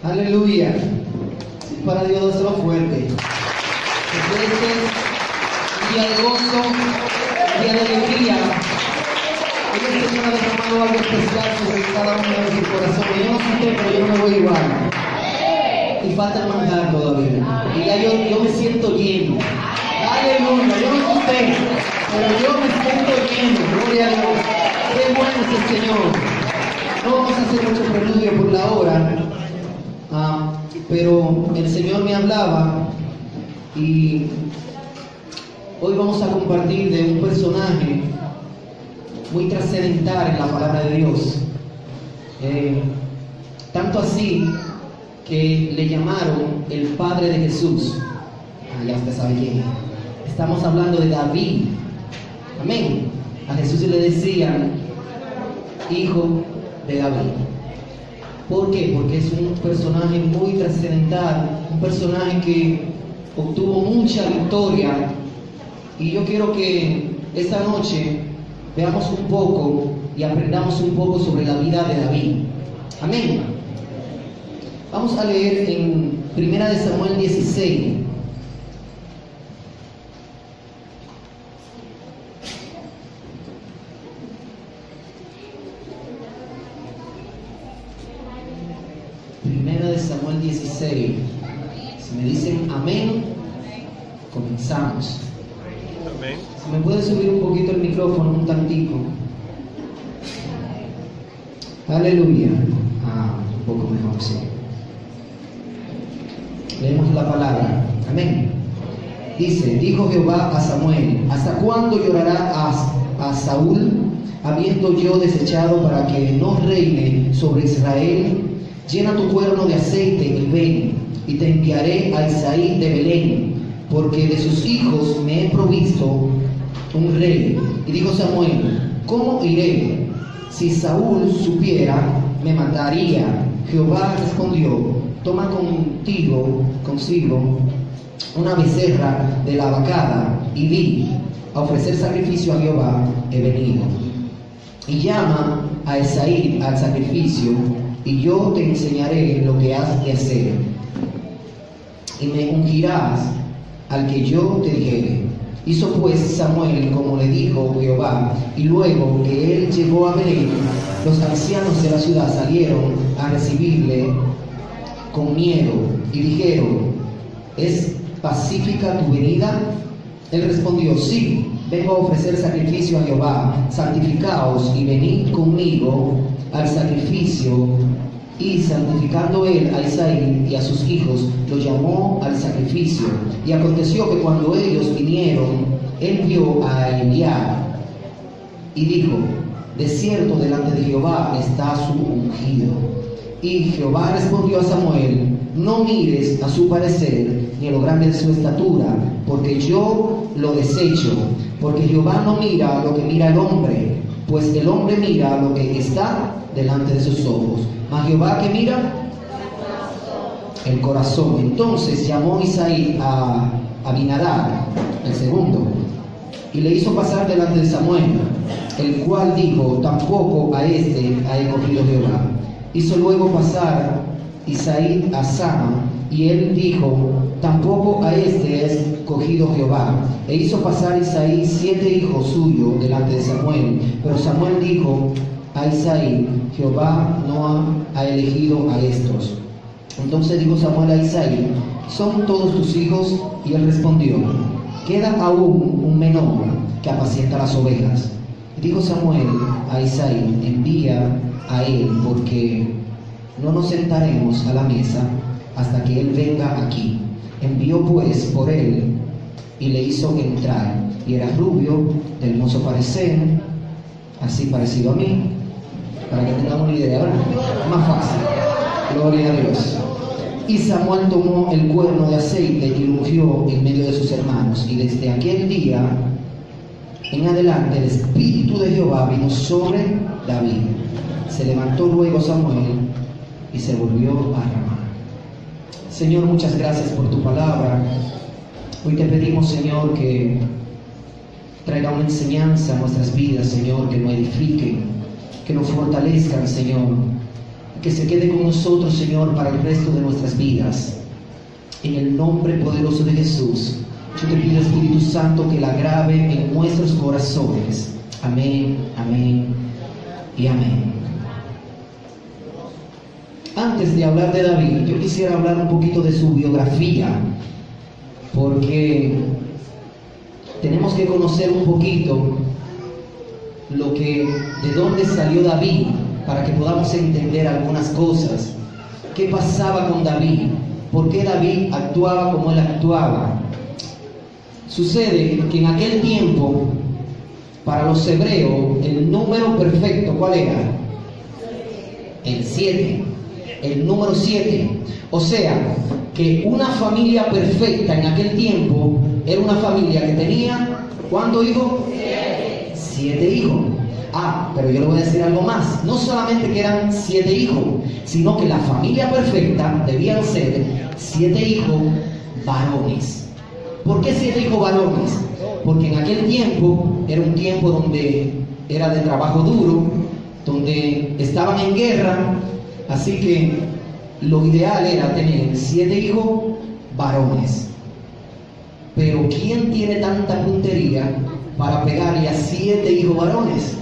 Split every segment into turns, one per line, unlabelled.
Aleluya. Para Dios dáselo fuerte. Este día de gozo, día de alegría. Hoy el Señor ha derramado algo especial sobre cada uno de sus corazones. Yo no sé usted, pero yo no me voy igual. Y falta el manjar todavía. Y ya yo me siento lleno. Aleluya. Yo no sé usted, pero yo me siento lleno. Gloria a Dios. Qué bueno es el Señor. No vamos a hacer mucho preludio por la hora. Pero el Señor me hablaba y hoy vamos a compartir de un personaje muy trascendental en la palabra de Dios. Tanto así que le llamaron el Padre de Jesús. Ya usted sabe quién es. Estamos hablando de David. Amén. A Jesús le decían hijo de David. ¿Por qué? Porque es un personaje muy trascendental, un personaje que obtuvo mucha victoria. Y yo quiero que esta noche veamos un poco y aprendamos un poco sobre la vida de David. Amén. Vamos a leer en 1 Samuel 16. Samuel 16. Si me dicen amén, comenzamos.
Amén.
Si me puede subir un poquito el micrófono, un tantico. Aleluya. Un poco mejor, sí. Leemos la palabra. Amén. Dice, dijo Jehová a Samuel, ¿hasta cuándo llorará a Saúl, habiendo yo desechado para que no reine sobre Israel? Llena tu cuerno de aceite y ven, y te enviaré a Isaí de Belén, porque de sus hijos me he provisto un rey. Y dijo Samuel, ¿cómo iré? Si Saúl supiera, me mataría. Jehová respondió, toma consigo una becerra de la vacada, y di, a ofrecer sacrificio a Jehová he venido. Y llama a Isaí al sacrificio, y yo te enseñaré lo que has de hacer, y me ungirás al que yo te dijere. Hizo pues Samuel como le dijo Jehová, y luego que él llegó a Belén, los ancianos de la ciudad salieron a recibirle con miedo, y dijeron, ¿es pacífica tu venida? Él respondió, sí, vengo a ofrecer sacrificio a Jehová, santificaos y venid conmigo al sacrificio. Y santificando él a Isaí y a sus hijos, lo llamó al sacrificio. Y aconteció que cuando ellos vinieron, él vio a Eliab y dijo, de cierto delante de Jehová está su ungido. Y Jehová respondió a Samuel, no mires a su parecer ni a lo grande de su estatura, porque yo lo desecho. Porque Jehová no mira lo que mira el hombre, pues el hombre mira lo que está delante de sus ojos, mas Jehová que mira el corazón. Entonces llamó Isaí a Abinadab, el segundo, y le hizo pasar delante de Samuel, el cual dijo, tampoco a este ha escogido Jehová. Hizo luego pasar Isaí a Sama, y él dijo, tampoco a este es escogido Jehová. E hizo pasar Isaí 7 hijos suyos delante de Samuel. Pero Samuel dijo a Isaí, Jehová no ha elegido a estos. Entonces dijo Samuel a Isaí, ¿son todos tus hijos? Y él respondió, queda aún un menor que apacienta las ovejas. Y dijo Samuel a Isaí, envía a él, porque no nos sentaremos a la mesa hasta que él venga aquí. Envió pues por él y le hizo entrar, y era rubio, de hermoso parecer, así parecido a mí, para que tengamos una idea, ¿verdad? Más fácil. Gloria a Dios. Y Samuel tomó el cuerno de aceite y lo ungió en medio de sus hermanos, y desde aquel día en adelante el Espíritu de Jehová vino sobre David. Se levantó luego Samuel y se volvió a Ramá. Señor, muchas gracias por tu palabra. Hoy te pedimos, Señor, que traiga una enseñanza a nuestras vidas, Señor, que nos edifiquen, que nos fortalezcan, Señor. que se quede con nosotros, Señor, para el resto de nuestras vidas. En el nombre poderoso de Jesús, yo te pido, Espíritu Santo, que la grabe en nuestros corazones. Amén, amén y amén. Antes de hablar de David, yo quisiera hablar un poquito de su biografía, porque tenemos que conocer un poquito de dónde salió David, para que podamos entender algunas cosas. ¿Qué pasaba con David? ¿Por qué David actuaba como él actuaba? Sucede que en aquel tiempo, para los hebreos, el número perfecto, ¿cuál era? El 7. El número 7. O sea, que una familia perfecta en aquel tiempo era una familia que tenía, ¿cuántos hijos? 7 hijos. Pero yo le voy a decir algo más. No solamente que eran 7 hijos, sino que la familia perfecta debían ser 7 hijos varones. ¿Por qué 7 hijos varones? Porque en aquel tiempo era un tiempo donde era de trabajo duro, donde estaban en guerra, así que lo ideal era tener 7 hijos varones. Pero ¿quién tiene tanta puntería para pegarle a 7 hijos varones?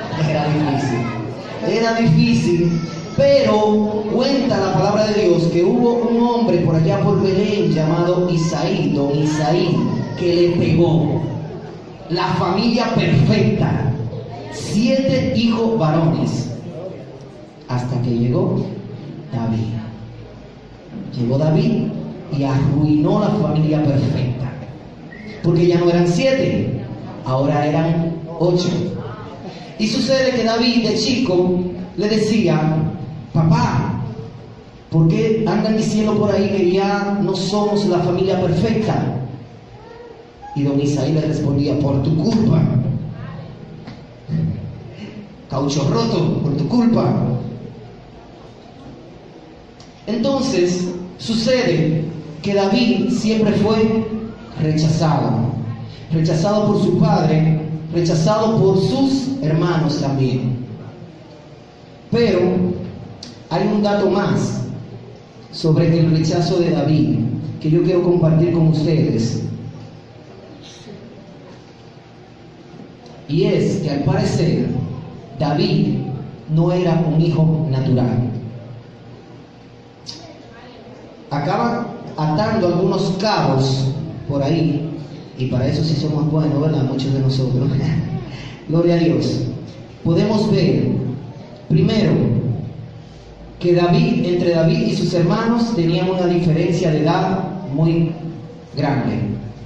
Era difícil, pero cuenta la palabra de Dios que hubo un hombre por allá por Belén llamado Isaí, don Isaí, que le pegó. La familia perfecta, 7 hijos varones, hasta que llegó David. Llegó David y arruinó la familia perfecta, porque ya no eran 7, ahora eran 8. Y sucede que David de chico le decía: papá, ¿por qué andan diciendo por ahí que ya no somos la familia perfecta? Y don Isaí le respondía: por tu culpa. Caucho roto, por tu culpa. Entonces sucede que David siempre fue rechazado por su padre, rechazado por sus hermanos también. Pero hay un dato más sobre el rechazo de David que yo quiero compartir con ustedes, y es que al parecer David no era un hijo natural. Acaba atando algunos cabos por ahí, y para eso sí somos buenos, ¿verdad? Muchos de nosotros. Gloria a Dios. Podemos ver, primero, que entre David y sus hermanos tenían una diferencia de edad muy grande.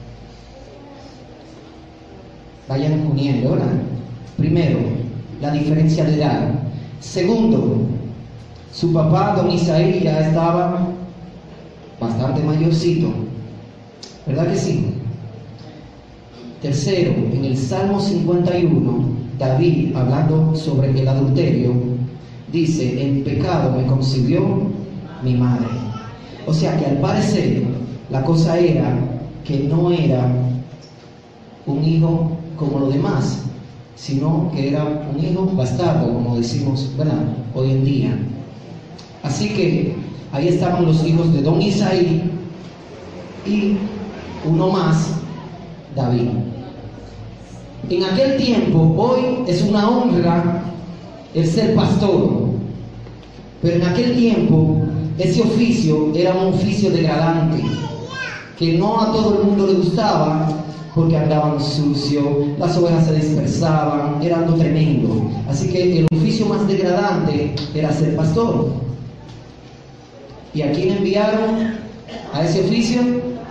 Vayan uniendo, ¿verdad? Primero, la diferencia de edad. Segundo, su papá, don Isaí, ya estaba bastante mayorcito, ¿verdad que sí? Tercero, en el Salmo 51, David, hablando sobre el adulterio, dice: en pecado me concibió mi madre. O sea que al parecer la cosa era que no era un hijo como los demás, sino que era un hijo bastardo, como decimos, ¿verdad?, hoy en día. Así que ahí estaban los hijos de don Isaí y uno más, David. En aquel tiempo, hoy es una honra el ser pastor, pero en aquel tiempo ese oficio era un oficio degradante, que no a todo el mundo le gustaba, porque andaban sucios, las ovejas se dispersaban, era algo tremendo. Así que el oficio más degradante era ser pastor. ¿Y a quién enviaron a ese oficio?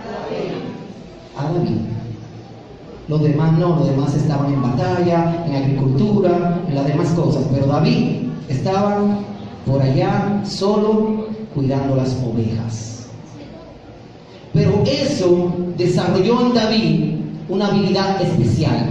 A David. Los demás no, los demás estaban en batalla, en agricultura, en las demás cosas, pero David estaba por allá solo cuidando las ovejas. Pero eso desarrolló en David una habilidad especial.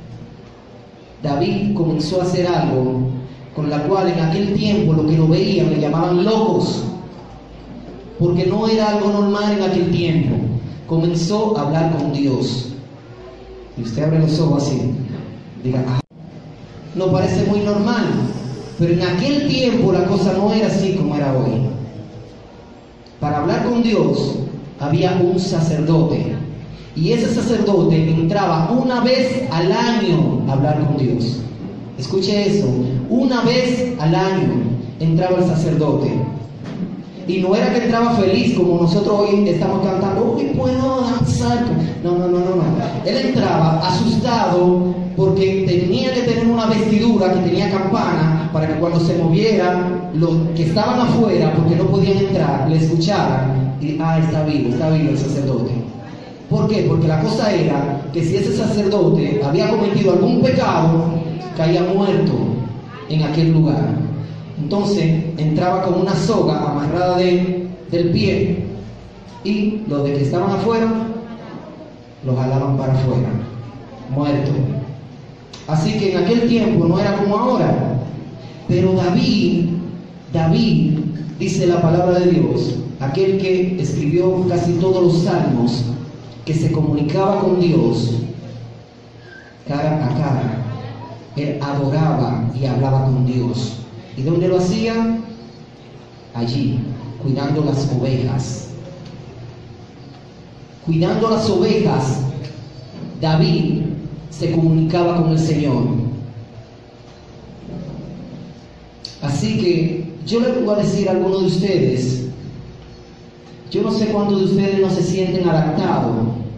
David comenzó a hacer algo con la cual en aquel tiempo lo que lo veían le llamaban locos, porque no era algo normal en aquel tiempo. Comenzó a hablar con Dios. Y usted abre los ojos así, diga: no parece muy normal, Pero en aquel tiempo la cosa no era así como era hoy. Para hablar con Dios había un sacerdote. Y ese sacerdote entraba una vez al año a hablar con Dios. Escuche eso, una vez al año entraba el sacerdote. Y no era que entraba feliz como nosotros hoy estamos cantando, hoy puedo danzar. No. Él entraba asustado porque tenía que tener una vestidura que tenía campana para que cuando se moviera los que estaban afuera, porque no podían entrar, le escucharan y está vivo el sacerdote. ¿Por qué? Porque la cosa era que si ese sacerdote había cometido algún pecado, caía muerto en aquel lugar. Entonces entraba con una soga amarrada del pie y los de que estaban afuera los jalaban para afuera, muerto. Así que en aquel tiempo no era como ahora. Pero David, dice la palabra de Dios, aquel que escribió casi todos los salmos, que se comunicaba con Dios cara a cara. Él adoraba y hablaba con Dios. ¿Y dónde lo hacía? Allí, cuidando las ovejas. Cuidando las ovejas, David se comunicaba con el Señor. Así que yo le voy a decir a algunos de ustedes, yo no sé cuántos de ustedes no se sienten adaptados,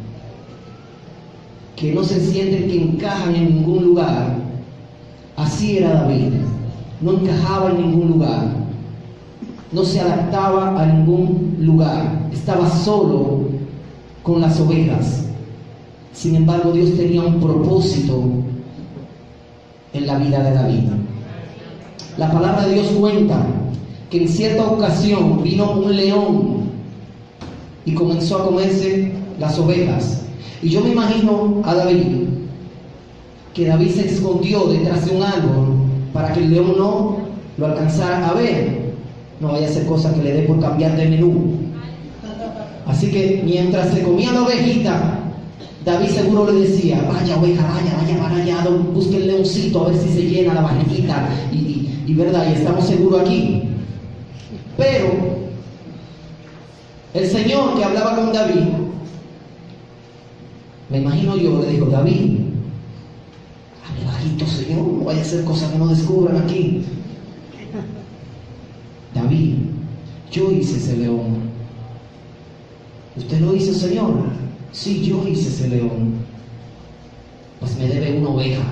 que no se sienten que encajan en ningún lugar. Así era David, no encajaba en ningún lugar, no se adaptaba a ningún lugar, estaba solo con las ovejas. Sin embargo, Dios tenía un propósito en la vida de David. La palabra de Dios cuenta que en cierta ocasión vino un león y comenzó a comerse las ovejas. Y yo me imagino a David, que David se escondió detrás de un árbol para que el león no lo alcanzara a ver. No vaya a ser cosa que le dé por cambiar de menú. Así que mientras se comía la ovejita, David seguro le decía, vaya oveja, vaya, busque el leoncito a ver si se llena la barriguita. Y verdad, y estamos seguros aquí. Pero el Señor que hablaba con David, me imagino yo, le dijo, David, hable bajito, Señor, no vaya a hacer cosas que no descubran aquí. David, yo hice ese león. ¿Usted lo hizo, Señor? Sí, yo hice ese león. Pues me debe una oveja.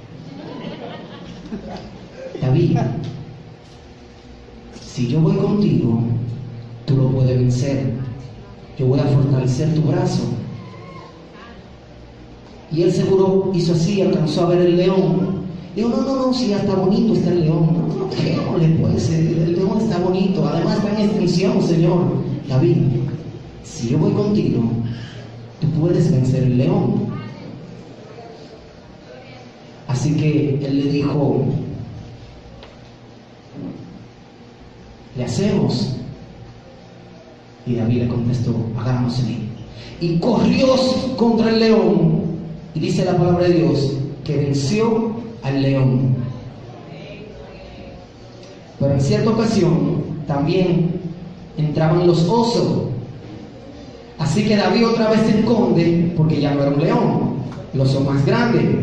David, si yo voy contigo, tú lo puedes vencer. Yo voy a fortalecer tu brazo. Y él seguro hizo así, alcanzó a ver el león. Digo, no, si ya está bonito está el león. No le puede ser, el león está bonito. Además está en extinción, Señor. David, si yo voy contigo, tú puedes vencer el león. Así que él le dijo, ¿le hacemos? Y David le contestó, hagámosle. Y corrió contra el león. Y dice la palabra de Dios que venció al león. Pero en cierta ocasión también entraban los osos. Así que David otra vez se esconde, porque ya no era un león, el oso más grande.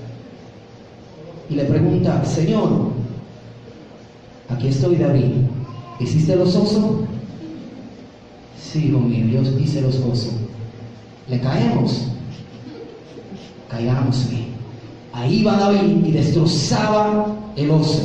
Y le pregunta, Señor, aquí estoy, David, ¿hiciste los osos? Sí, hijo mío, yo hice los osos. ¿Le caemos? Caigámosle. Ahí va David y destrozaba el oso.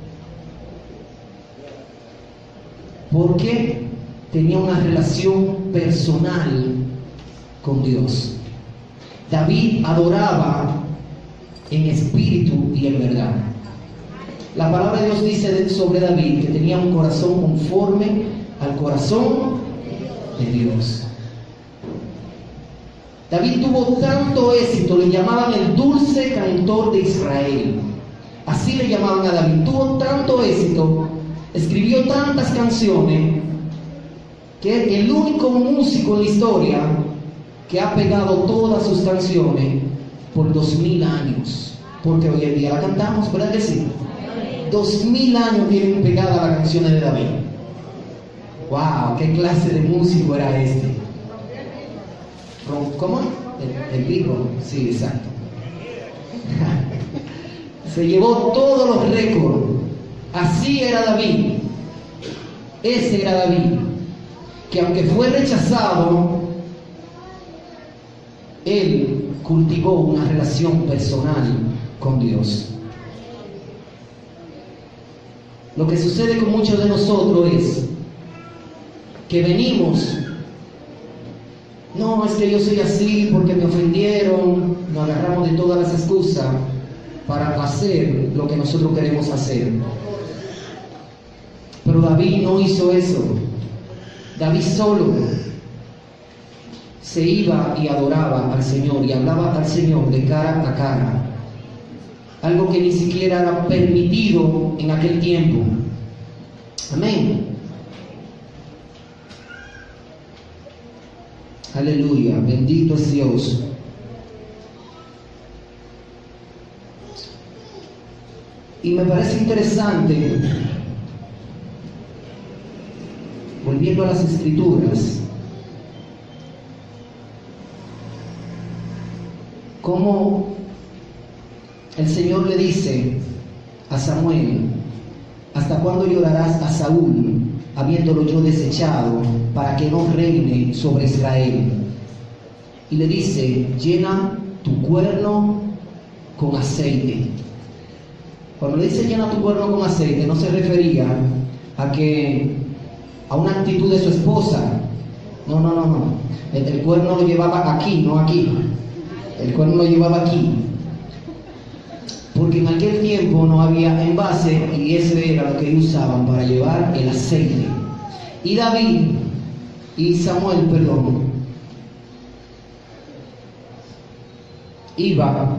Porque tenía una relación personal con Dios. David adoraba en espíritu y en verdad. La palabra de Dios dice sobre David que tenía un corazón conforme al corazón de Dios. David tuvo tanto éxito, le llamaban el dulce cantor de Israel. Así le llamaban a David. Tuvo tanto éxito, escribió tantas canciones, que es el único músico en la historia que ha pegado todas sus canciones por 2000 años. Porque hoy en día la cantamos, ¿verdad que sí? 2000 años tienen pegadas las canciones de David. ¡Wow! ¿Qué clase de músico era este? ¿Cómo? El Vigo. Sí, exacto. Se llevó todos los récords. Así era David. Ese era David, que aunque fue rechazado, él cultivó una relación personal con Dios. Lo que sucede con muchos de nosotros es que venimos, no, es que yo soy así porque me ofendieron, nos agarramos de todas las excusas para hacer lo que nosotros queremos hacer. Pero David no hizo eso. David solo se iba y adoraba al Señor y hablaba al Señor de cara a cara. Algo que ni siquiera era permitido en aquel tiempo. Amén. Aleluya, bendito es Dios. Y me parece interesante, volviendo a las Escrituras, cómo el Señor le dice a Samuel: ¿hasta cuándo llorarás a Saúl, habiéndolo yo desechado, para que no reine sobre Israel? Y le dice: llena tu cuerno con aceite. Cuando le dice llena tu cuerno con aceite, no se refería a una actitud de su esposa. No. El cuerno lo llevaba aquí, no aquí. El cuerno lo llevaba aquí. Porque en aquel tiempo no había envase y ese era lo que ellos usaban para llevar el aceite. Y Samuel, iba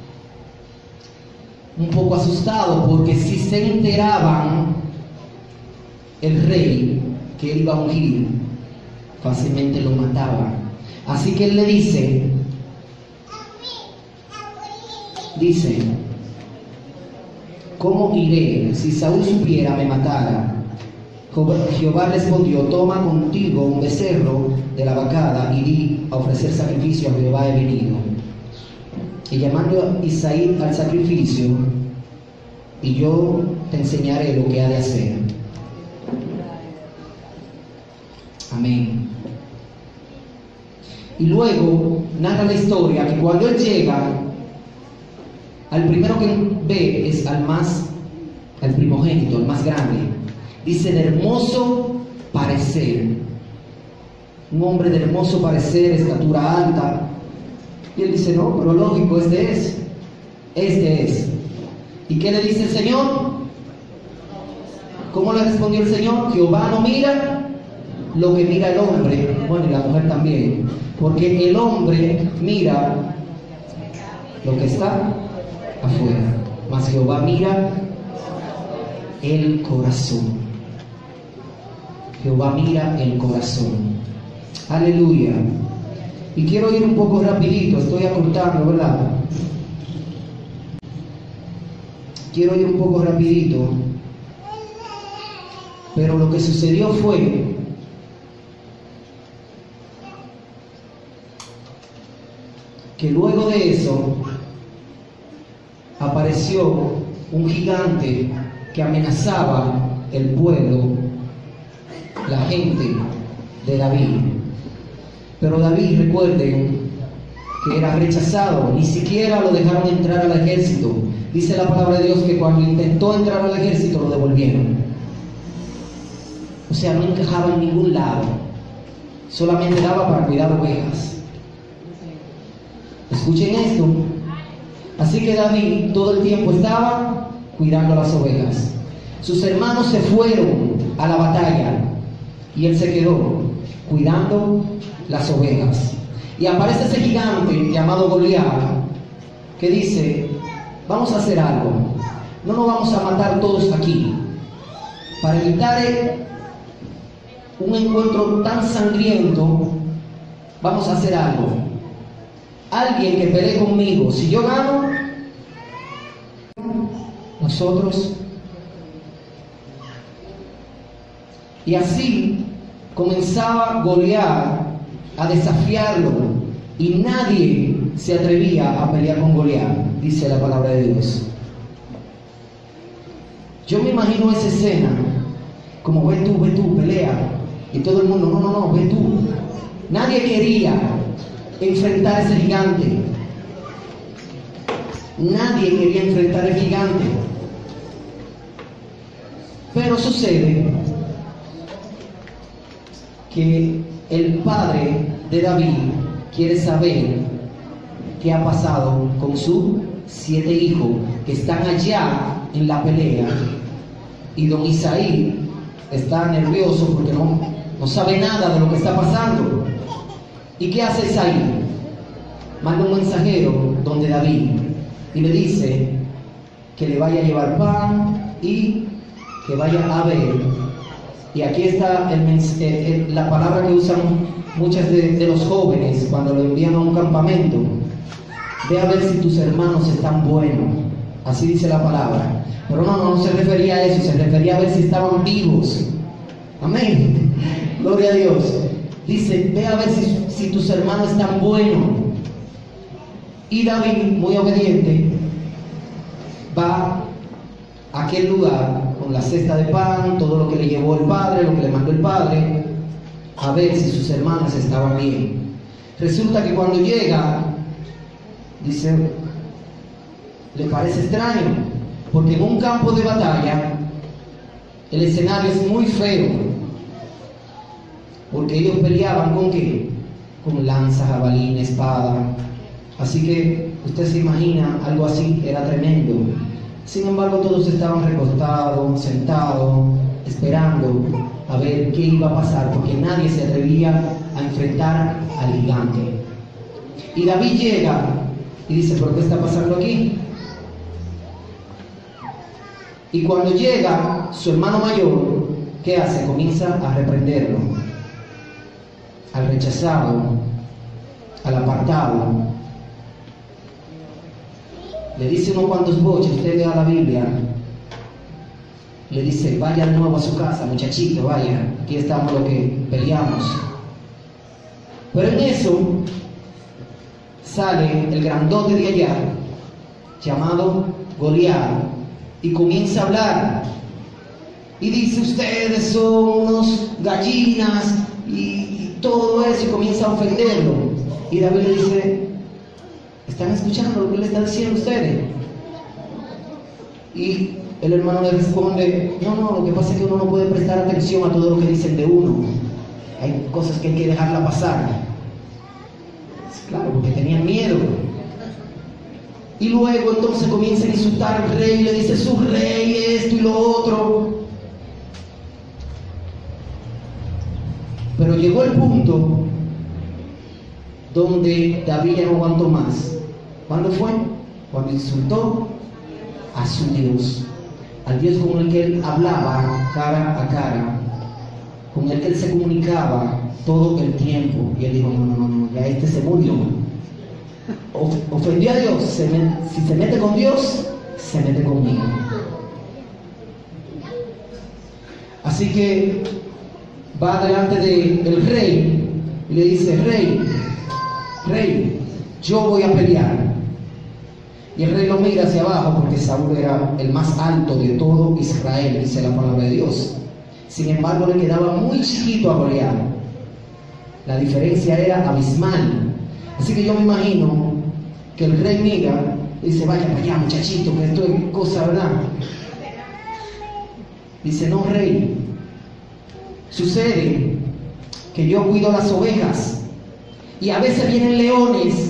un poco asustado, porque si se enteraban el rey que él iba a ungir, fácilmente lo mataba. Así que él le dice, ¿cómo iré? Si Saúl supiera, me matara. Jehová respondió: toma contigo un becerro de la vacada y di: a ofrecer sacrificio a Jehová he venido. Y llamando a Isaí al sacrificio, y yo te enseñaré lo que ha de hacer. Amén. Y luego narra la historia que cuando él llega, al primero que ve es al primogénito, el más grande. Dice: de hermoso parecer. Un hombre de hermoso parecer, estatura alta. Y él dice: no, pero lógico, este es. ¿Y qué le dice el Señor? ¿Cómo le respondió el Señor? Jehová no mira lo que mira el hombre, bueno, y la mujer también, porque el hombre mira lo que está afuera, mas Jehová mira el corazón. Jehová mira el corazón. Aleluya. Y quiero ir un poco rapidito, estoy acortando, ¿verdad? Quiero ir un poco rapidito. Pero lo que sucedió fue que luego de eso apareció un gigante que amenazaba el pueblo, la gente de David. Pero David, recuerden que era rechazado, ni siquiera lo dejaron entrar al ejército. Dice la palabra de Dios que cuando intentó entrar al ejército lo devolvieron. O sea, no encajaba en ningún lado, solamente daba para cuidar ovejas. Escuchen esto. Así que David todo el tiempo estaba cuidando las ovejas. Sus hermanos se fueron a la batalla y él se quedó cuidando las ovejas. Y aparece ese gigante llamado Goliat, que dice: vamos a hacer algo, no nos vamos a matar todos aquí. Para evitar un encuentro tan sangriento, vamos a hacer algo. Alguien que pelee conmigo, si yo gano, nosotros Y así comenzaba Goliat a desafiarlo, y nadie se atrevía a pelear con Goliat, dice la palabra de Dios. Yo me imagino esa escena, como ve tú, pelea, y todo el mundo, no, ve tú. Nadie quería enfrentar a ese gigante. Nadie quería enfrentar al gigante. Pero sucede que el padre de David quiere saber qué ha pasado con sus 7 hijos que están allá en la pelea, y don Isaí está nervioso porque no sabe nada de lo que está pasando. ¿Y qué hace Isaí? Manda un mensajero donde David y le dice que le vaya a llevar pan y que vaya a ver. Y aquí está la palabra que usan muchas de los jóvenes cuando lo envían a un campamento: ve a ver si tus hermanos están buenos. Así dice la palabra. Pero no se refería a eso, se refería a ver si estaban vivos. Amén. Gloria a Dios. Dice, ve a ver si tus hermanos están buenos. Y David, muy obediente, va a aquel lugar con la cesta de pan, todo lo que le llevó el padre, lo que le mandó el padre, a ver si sus hermanas estaban bien. Resulta que cuando llega, dice, le parece extraño, porque en un campo de batalla el escenario es muy feo, porque ellos peleaban ¿con qué? Con lanza, jabalina, espada. Así que usted se imagina, algo así era tremendo. Sin embargo, todos estaban recostados, sentados, esperando a ver qué iba a pasar, porque nadie se atrevía a enfrentar al gigante. Y David llega y dice, ¿pero qué está pasando aquí? Y cuando llega su hermano mayor, ¿qué hace? Comienza a reprenderlo, al rechazado, al apartado. Le dice unos cuantos boches, usted vea la Biblia, le dice, vaya de nuevo a su casa, muchachito, vaya, aquí estamos los que peleamos. Pero en eso sale el grandote de allá, llamado Goliat, y comienza a hablar, y dice, ustedes son unos gallinas, y todo eso, y comienza a ofenderlo. Y David le dice, ¿están escuchando lo que le está diciendo a ustedes? Y el hermano le responde, no, lo que pasa es que uno no puede prestar atención a todo lo que dicen de uno. Hay cosas que hay que dejarla pasar. Claro, porque tenían miedo. Y luego entonces comienzan a insultar al rey, le dice, su rey, esto y lo otro. Pero llegó el punto donde David ya no aguantó más. ¿Cuándo fue? Cuando insultó a su Dios, al Dios con el que él hablaba cara a cara, con el que él se comunicaba todo el tiempo. Y él dijo, no, ya este se murió. Ofendió a Dios. Si se mete con Dios, se mete conmigo. Así que va delante del rey y le dice, rey, yo voy a pelear. Y el rey lo mira hacia abajo, porque Saúl era el más alto de todo Israel, dice la palabra de Dios. Sin embargo, le quedaba muy chiquito a Goliat. La diferencia era abismal. Así que yo me imagino que el rey mira y dice, vaya para allá, muchachito, que esto es cosa, ¿verdad? Dice, no, rey, sucede que yo cuido las ovejas y a veces vienen leones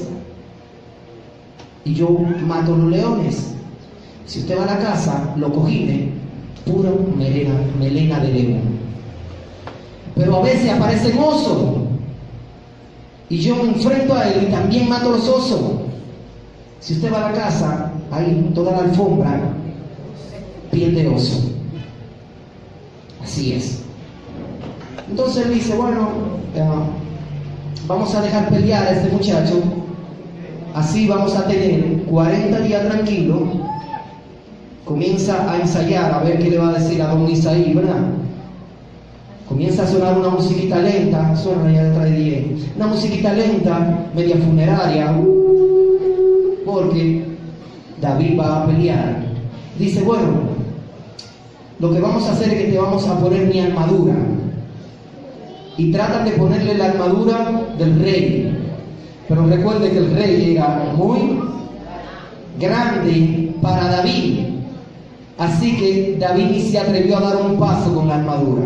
y yo mato los leones. Si usted va a la casa, los cojines, pura melena de león. Pero a veces aparecen osos y yo me enfrento a él y también mato los osos. Si usted va a la casa, hay toda la alfombra, piel de oso. Así es. Entonces él dice, bueno, vamos a dejar pelear a este muchacho, así vamos a tener 40 días tranquilos. Comienza a ensayar a ver qué le va a decir a don Isaí, ¿verdad? Comienza a sonar una musiquita lenta, suena ya detrás de 10, una musiquita lenta, media funeraria, porque David va a pelear. Dice, bueno, lo que vamos a hacer es que te vamos a poner mi armadura. Y tratan de ponerle la armadura del rey. Pero recuerde que el rey era muy grande para David. Así que David ni se atrevió a dar un paso con la armadura.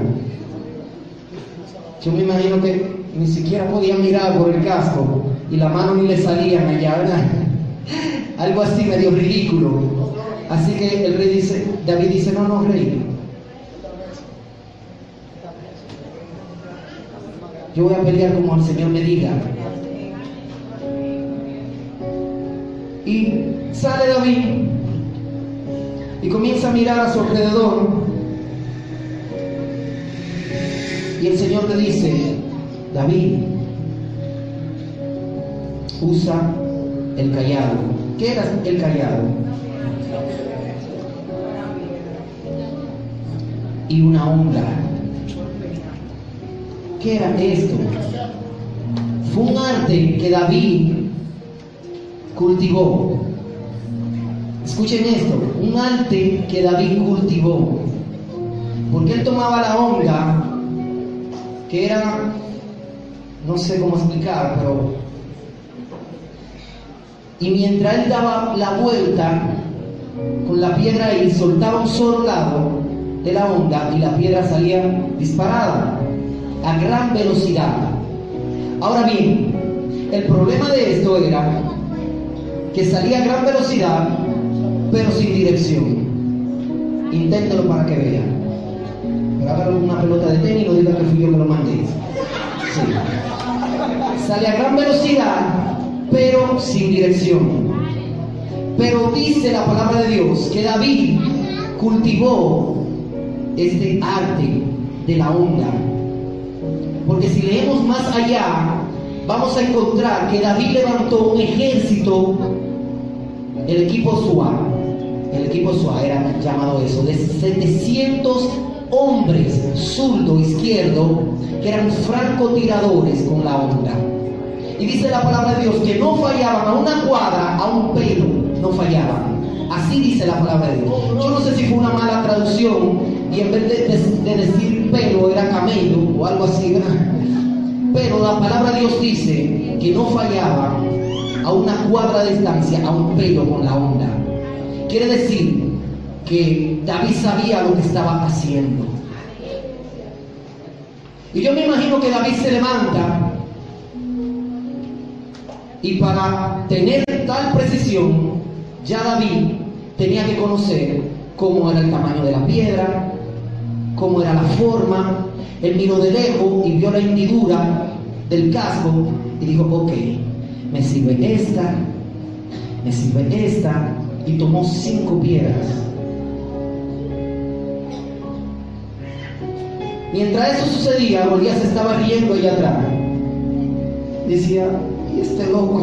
Yo me imagino que ni siquiera podía mirar por el casco y la mano ni le salían allá, ¿verdad? Algo así medio ridículo. Así que el rey dice, David dice, no, rey, yo voy a pelear como el Señor me diga. Y sale David y comienza a mirar a su alrededor. Y el Señor le dice, David, usa el cayado. ¿Qué era el cayado? Y una honra. ¿Qué era esto? Fue un arte que David cultivó. Escuchen esto, un arte que David cultivó. Porque él tomaba la honra, que era, no sé cómo explicar, pero... Y mientras él daba la vuelta con la piedra ahí, soltaba un solo lado de la onda y la piedra salía disparada a gran velocidad. Ahora bien, el problema de esto era que salía a gran velocidad, pero sin dirección. Inténtelo para que vean. Pero hágalo una pelota de tenis y no diga que fui yo que lo mandé. Sí. Sale a gran velocidad, pero sin dirección. Pero dice la palabra de Dios que David cultivó este arte de la onda. Porque si leemos más allá, vamos a encontrar que David levantó un ejército, el equipo SWAT era llamado eso, de 700 hombres zurdo, izquierdo, que eran francotiradores con la onda. Y dice la palabra de Dios que no fallaban a una cuadra, a un pelo, no fallaban. Así dice la palabra de Dios. Yo no sé si fue una mala traducción y en vez de decir pelo era camello o algo así, ¿verdad? Pero la palabra de Dios dice que no fallaban a una cuadra de distancia, a un pelo con la onda. Quiere decir que David sabía lo que estaba haciendo. Y yo me imagino que David se levanta y para tener tal precisión, ya David tenía que conocer cómo era el tamaño de la piedra, cómo era la forma. Él miró de lejos y vio la hendidura del casco y dijo, ok, me sirve esta, y tomó 5 piedras. Mientras eso sucedía, Goliat se estaba riendo allá atrás. Decía, ¿y este loco?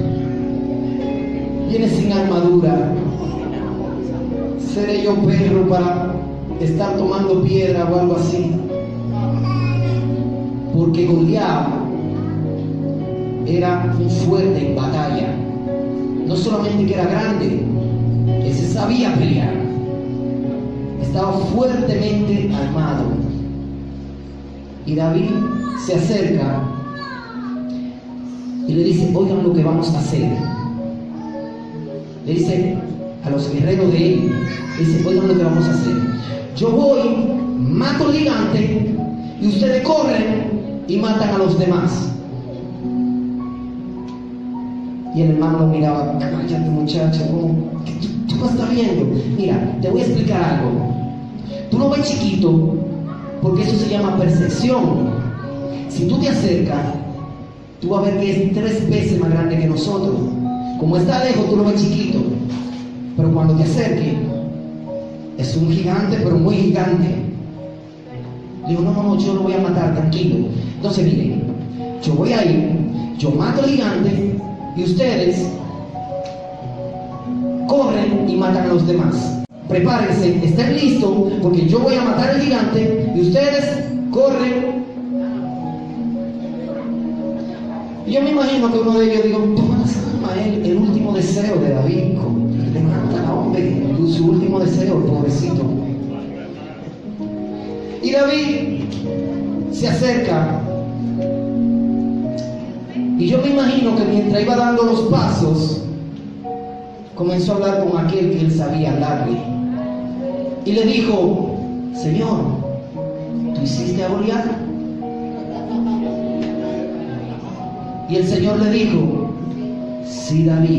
Viene sin armadura. ¿Seré yo perro para estar tomando piedra o algo así? Porque Goliat era un fuerte en batalla. No solamente que era grande, que se sabía pelear, estaba fuertemente armado. Y David se acerca y le dice, oigan lo que vamos a hacer. Le dice a los guerreros de él, le dice, oigan lo que vamos a hacer. Yo voy, mato al gigante y ustedes corren y matan a los demás. Y el hermano lo miraba, cállate muchacho, ¿tú me estás viendo? Mira, te voy a explicar algo. Tú lo ves chiquito porque eso se llama percepción. Si tú te acercas, tú vas a ver que es 3 veces más grande que nosotros. Como está lejos, tú lo ves chiquito, pero cuando te acerques, es un gigante, pero muy gigante. Digo, no, yo lo voy a matar, tranquilo. Entonces miren, yo voy a ir, yo mato al gigante y ustedes corren y matan a los demás. Prepárense, estén listos, porque yo voy a matar al gigante y ustedes corren corre. Y yo me imagino que uno de ellos dijo, toma el último deseo de David, le mata a hombre, su último deseo, pobrecito. Y David se acerca, y yo me imagino que mientras iba dando los pasos, comenzó a hablar con aquel que él sabía hablarle, y le dijo, Señor, ¿tú hiciste a Goliat? Y el Señor le dijo, sí, David.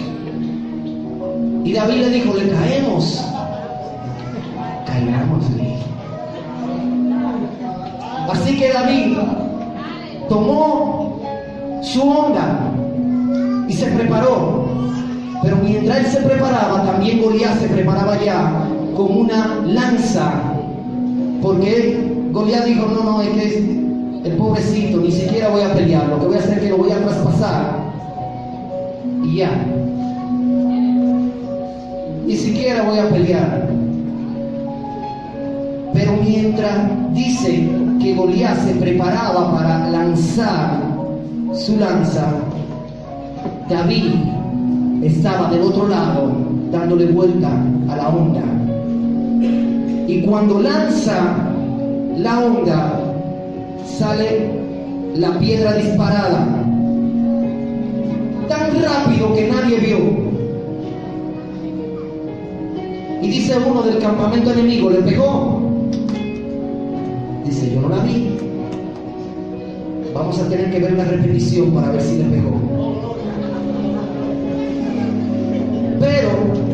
Y David le dijo, le caemos. Caigámosle. Así que David tomó su onda y se preparó. Pero mientras él se preparaba, también Goliat se preparaba ya con una lanza. Porque Goliat dijo, no, es que el pobrecito, ni siquiera voy a pelear, lo que voy a hacer es que lo voy a traspasar y ya, ni siquiera voy a pelear. Pero mientras dice que Goliat se preparaba para lanzar su lanza, David estaba del otro lado dándole vuelta a la onda, y cuando lanza la onda sale la piedra disparada tan rápido que nadie vio. Y dice uno del campamento enemigo, le pegó. Dice, yo no la vi. Vamos a tener que ver una repetición para ver si le pegó. Pero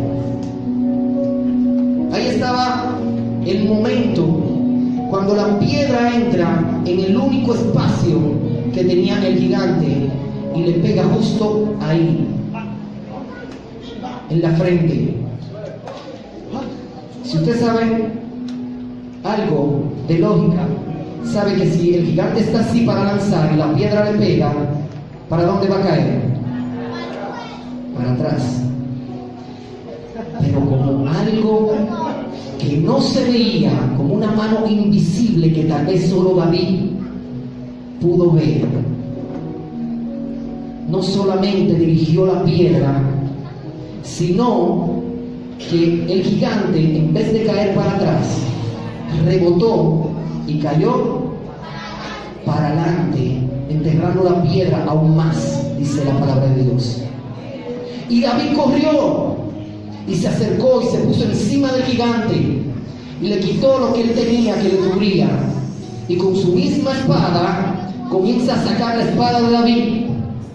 ahí estaba el momento cuando la piedra entra en el único espacio que tenía el gigante y le pega justo ahí, en la frente. Si usted sabe algo de lógica, sabe que si el gigante está así para lanzar y la piedra le pega, ¿para dónde va a caer? Para atrás. Pero como algo que no se veía, como una mano invisible que tal vez solo David pudo ver, no solamente dirigió la piedra, sino que el gigante, en vez de caer para atrás, rebotó y cayó para adelante, enterrando la piedra aún más, dice la palabra de Dios. Y David corrió y se acercó y se puso encima del gigante y le quitó lo que él tenía que le cubría, y con su misma espada comienza a sacar la espada de David.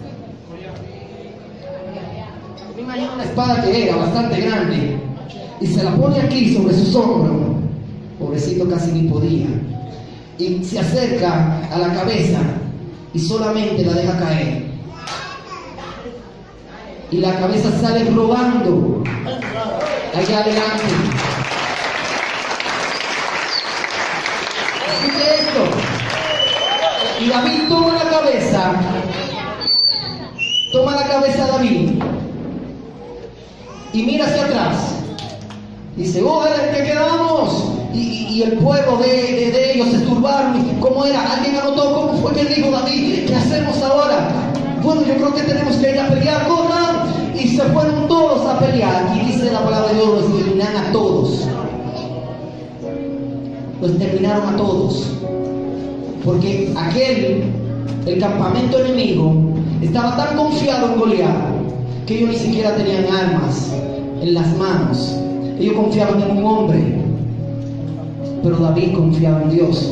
Me imagino una espada que era bastante grande, y se la pone aquí sobre sus hombros. Pobrecito, casi ni podía. Y se acerca a la cabeza y solamente la deja caer, y la cabeza sale rodando allá adelante. Escuche esto. Y David toma la cabeza David y mira hacia atrás. Dice, ojalá que quedamos. Y el pueblo de ellos se turbaron. ¿Cómo era? ¿Alguien anotó cómo fue que dijo David? ¿Qué hacemos ahora? Bueno, yo creo que tenemos que ir a pelear, corran. Y se fueron todos a pelear. Y dice la palabra de Dios, los terminaron a todos. Los terminaron a todos. Porque el campamento enemigo, estaba tan confiado en Goliat que ellos ni siquiera tenían armas en las manos. Ellos confiaban en un hombre, pero David confiaba en Dios.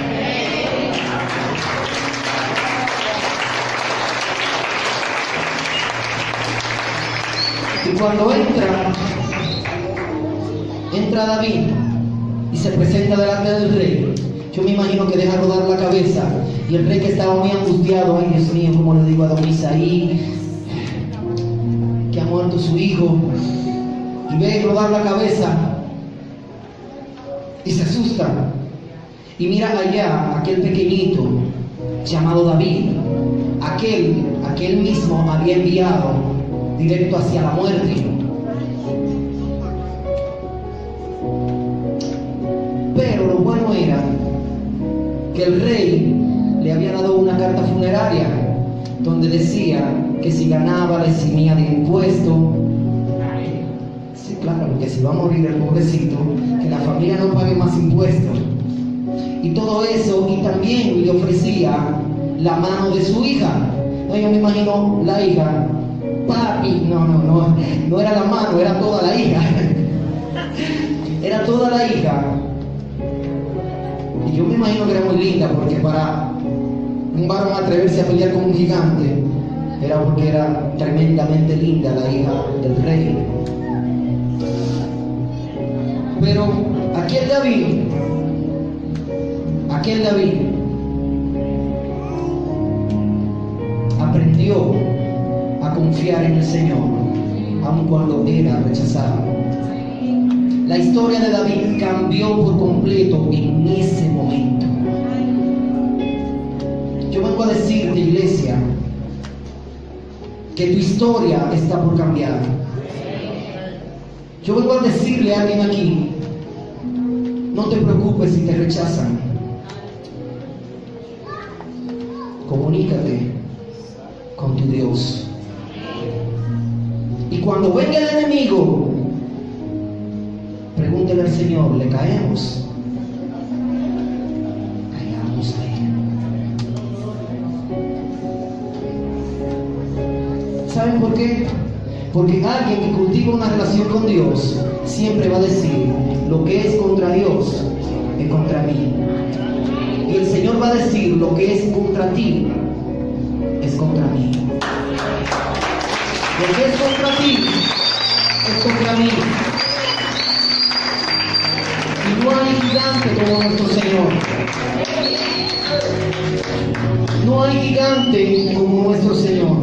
Y cuando entra David y se presenta delante del rey, yo me imagino que deja rodar la cabeza, y el rey, que estaba muy angustiado, ay Dios mío, ¿cómo le digo a don Isaí que ha muerto su hijo? Y ve rodar la cabeza y se asusta, y mira allá aquel pequeñito llamado David, aquel mismo había enviado directo hacia la muerte. Pero lo bueno era que el rey le había dado una carta funeraria donde decía que si ganaba le eximía de impuesto. Sí, claro, porque si va a morir el pobrecito, que la familia no pague más impuestos. Y todo eso, y también le ofrecía la mano de su hija. No, yo me imagino la hija, papi, no era la mano, era toda la hija. Era toda la hija. Y yo me imagino que era muy linda, porque para un varón atreverse a pelear con un gigante era porque era tremendamente linda la hija del rey. Pero aquel David aprendió a confiar en el Señor, aun cuando era rechazado. La historia de David cambió por completo en ese momento. Yo vengo a decirte, iglesia, que tu historia está por cambiar. Yo vengo a decirle a alguien aquí, no te preocupes si te rechazan. Comunícate con tu Dios. Y cuando venga el enemigo, pregúntele al Señor, ¿le caemos? Caigámosle. ¿Saben por qué? Porque alguien que cultiva una relación con Dios siempre va a decir, lo que es contra Dios es contra mí. Y el Señor va a decir, lo que es contra ti es contra mí. Lo que es contra ti es contra mí. Y no hay gigante como nuestro Señor. No hay gigante como nuestro Señor.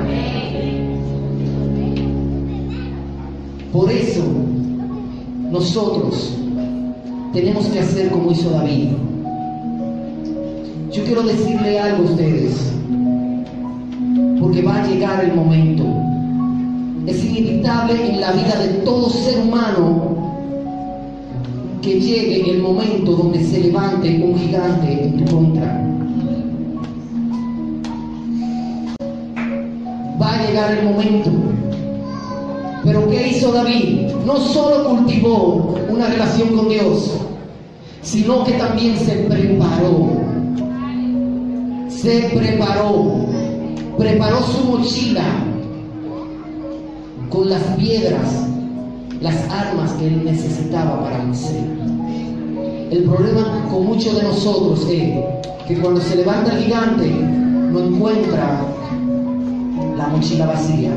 Por eso, nosotros tenemos que hacer como hizo David. Yo quiero decirle algo a ustedes, porque va a llegar el momento. Es inevitable en la vida de todo ser humano que llegue el momento donde se levante un gigante en tu contra. Va a llegar el momento. Pero ¿qué hizo David? No solo cultivó una relación con Dios, sino que también se preparó. Preparó su mochila con las piedras, las armas que él necesitaba para vencer. El problema con muchos de nosotros es que cuando se levanta el gigante no encuentra la mochila vacía.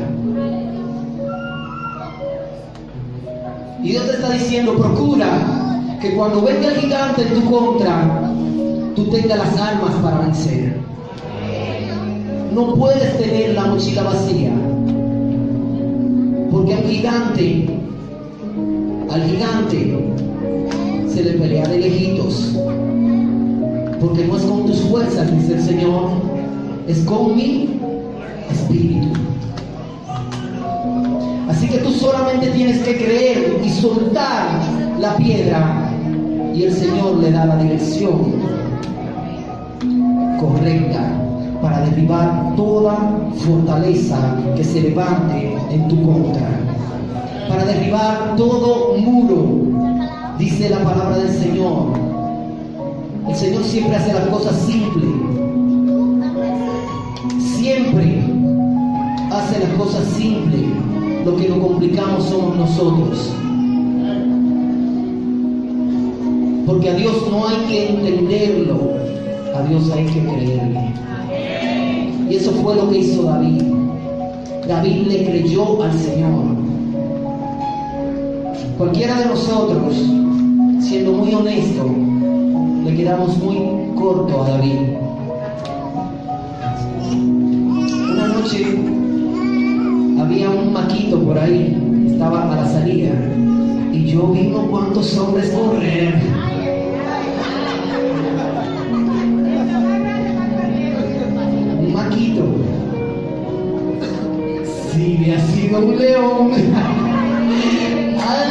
Y Dios te está diciendo, procura que cuando venga el gigante en tu contra, tú tengas las armas para vencer. No puedes tener la mochila vacía, porque al gigante se le pelea de lejitos, porque no es con tus fuerzas, dice el Señor, es con mi espíritu. Así que tú solamente tienes que creer y soltar la piedra, y el Señor le da la dirección correcta para derribar toda fortaleza que se levante en tu contra, para derribar todo muro. Dice la palabra del Señor. El Señor siempre hace las cosas simples. Siempre hace las cosas simples. Lo que lo complicamos somos nosotros. Porque a Dios no hay que entenderlo, a Dios hay que creerle. Y eso fue lo que hizo David. David le creyó al Señor. Cualquiera de nosotros, siendo muy honesto, le quedamos muy corto a David. Una noche había un maquito por ahí, estaba a la salida, y yo vi unos cuantos hombres correr. Un maquito. Sí, ha sido un león.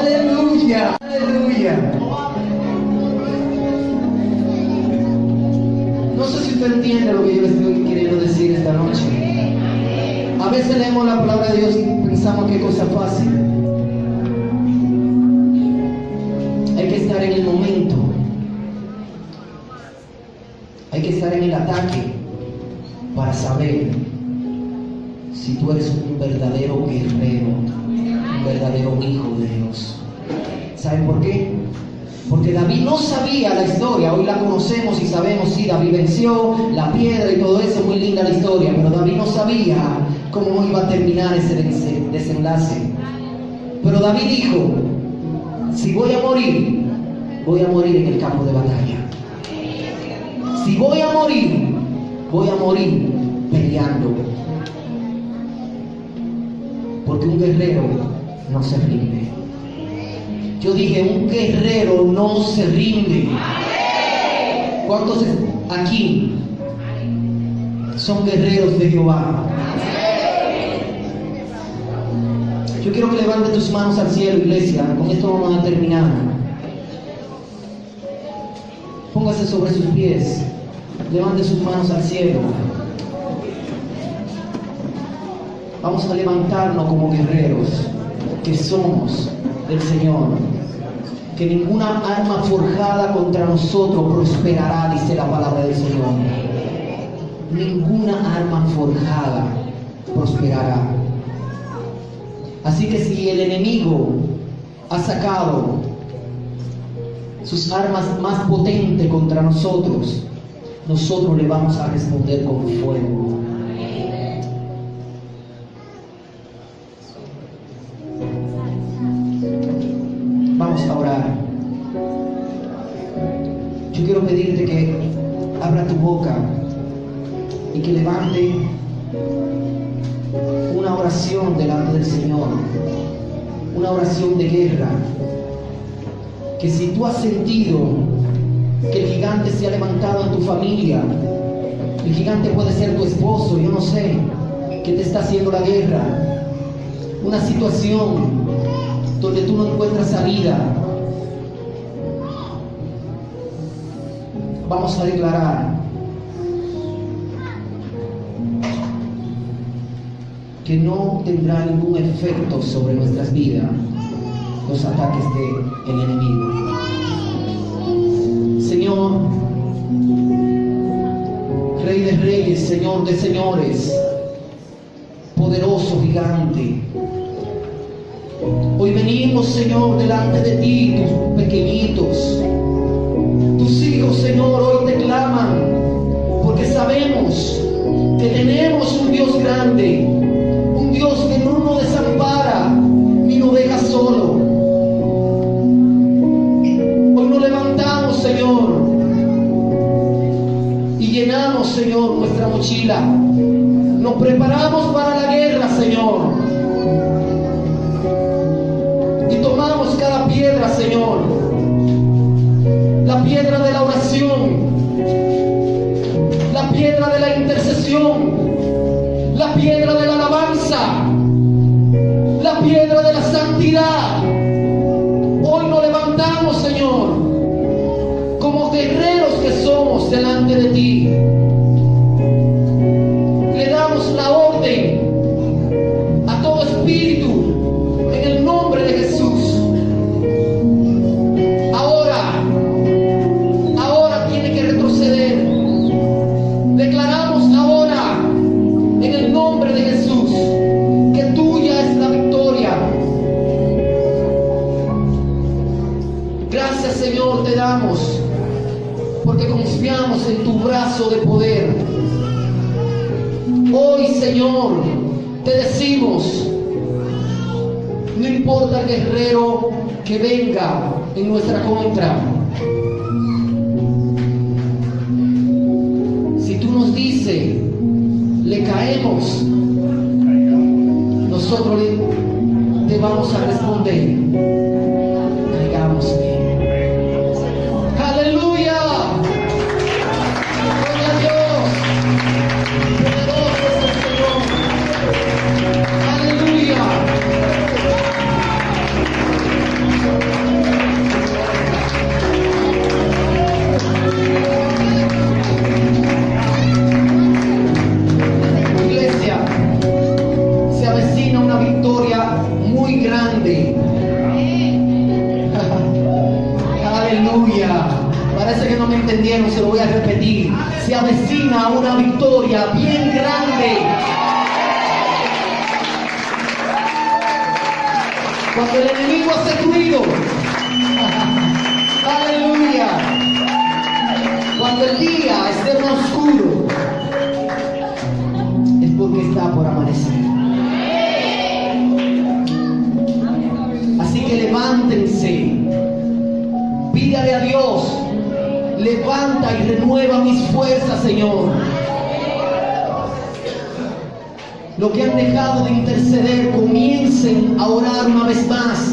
Aleluya, aleluya. usted entiende lo que yo le estoy queriendo decir esta noche. A veces leemos la palabra de Dios y pensamos que es cosa fácil. Hay que estar en el momento. Hay que estar en el ataque para saber si tú eres un verdadero guerrero, un verdadero hijo de Dios. ¿Saben por qué? Porque David no sabía la historia. Hoy la conocemos y sabemos, sí, David venció la piedra y todo eso, muy linda la historia, pero David no sabía cómo iba a terminar ese desenlace. Pero David dijo: si voy a morir en el campo de batalla. Si voy a morir peleando. Porque un guerrero no se rinde. Yo dije, un guerrero no se rinde. ¿Cuántos aquí son guerreros de Jehová? Yo quiero que levantes tus manos al cielo, iglesia. Con esto vamos a terminar. Póngase sobre sus pies. Levante sus manos al cielo. Vamos a levantarnos como guerreros que somos del Señor. Que ninguna arma forjada contra nosotros prosperará, dice la palabra del Señor. Ninguna arma forjada prosperará. Así que si el enemigo ha sacado sus armas más potentes contra nosotros, nosotros le vamos a responder con fuego. Vamos a orar. Yo quiero pedirte que abra tu boca y que levante una oración delante del Señor, una oración de guerra. Que si tú has sentido que el gigante se ha levantado en tu familia, el gigante puede ser tu esposo, yo no sé, que te está haciendo la guerra, una situación donde tú no encuentras salida, vamos a declarar que no tendrá ningún efecto sobre nuestras vidas los ataques del enemigo. Señor, Rey de reyes, Señor de señores, poderoso gigante, hoy venimos, Señor, delante de ti, tus pequeñitos, tus hijos, Señor, hoy te claman, porque sabemos que tenemos un Dios grande, un Dios que no nos desampara ni nos deja solo. Hoy nos levantamos, Señor, y llenamos, Señor, nuestra mochila. Nos preparamos para la guerra, Señor, y tomamos cada piedra, Señor, la piedra de la oración, la piedra de la intercesión, la piedra de la alabanza, la piedra de la santidad. Hoy nos levantamos, Señor, como guerreros que somos delante de ti. Le damos la orden a todo espíritu en el nombre de Jesús. Ahora tiene que retroceder. Declaramos ahora en el nombre de Jesús que tuya es la victoria. Gracias, Señor, te damos, porque confiamos en tu brazo de poder. Hoy, Señor, te decimos, no importa el guerrero que venga en nuestra contra. Si tú nos dices, le caemos, nosotros te vamos a responder, caigamos. ¡Aleluya! ¡Gloria a Dios! ¡Poderoso es el Señor! ¡Aleluya! se avecina una victoria bien grande. Cuando el enemigo hace ruido, aleluya, cuando el día esté más oscuro, es porque está por amanecer. Así que levántense, pídale a Dios, levanta y renueva mis fuerzas, Señor. Lo que han dejado de interceder, comiencen a orar una vez más.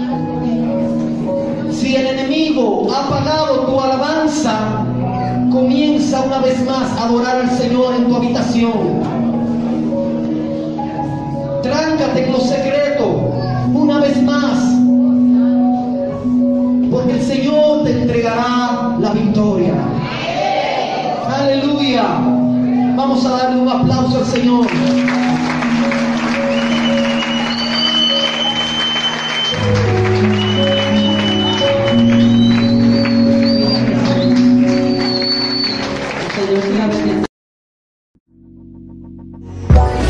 Si el enemigo ha apagado tu alabanza, comienza una vez más a adorar al Señor en tu habitación. Tráncate en lo secreto una vez más, porque el Señor te entregará la victoria. Aleluya. Vamos a darle un aplauso al Señor. El Señor te la bendiga.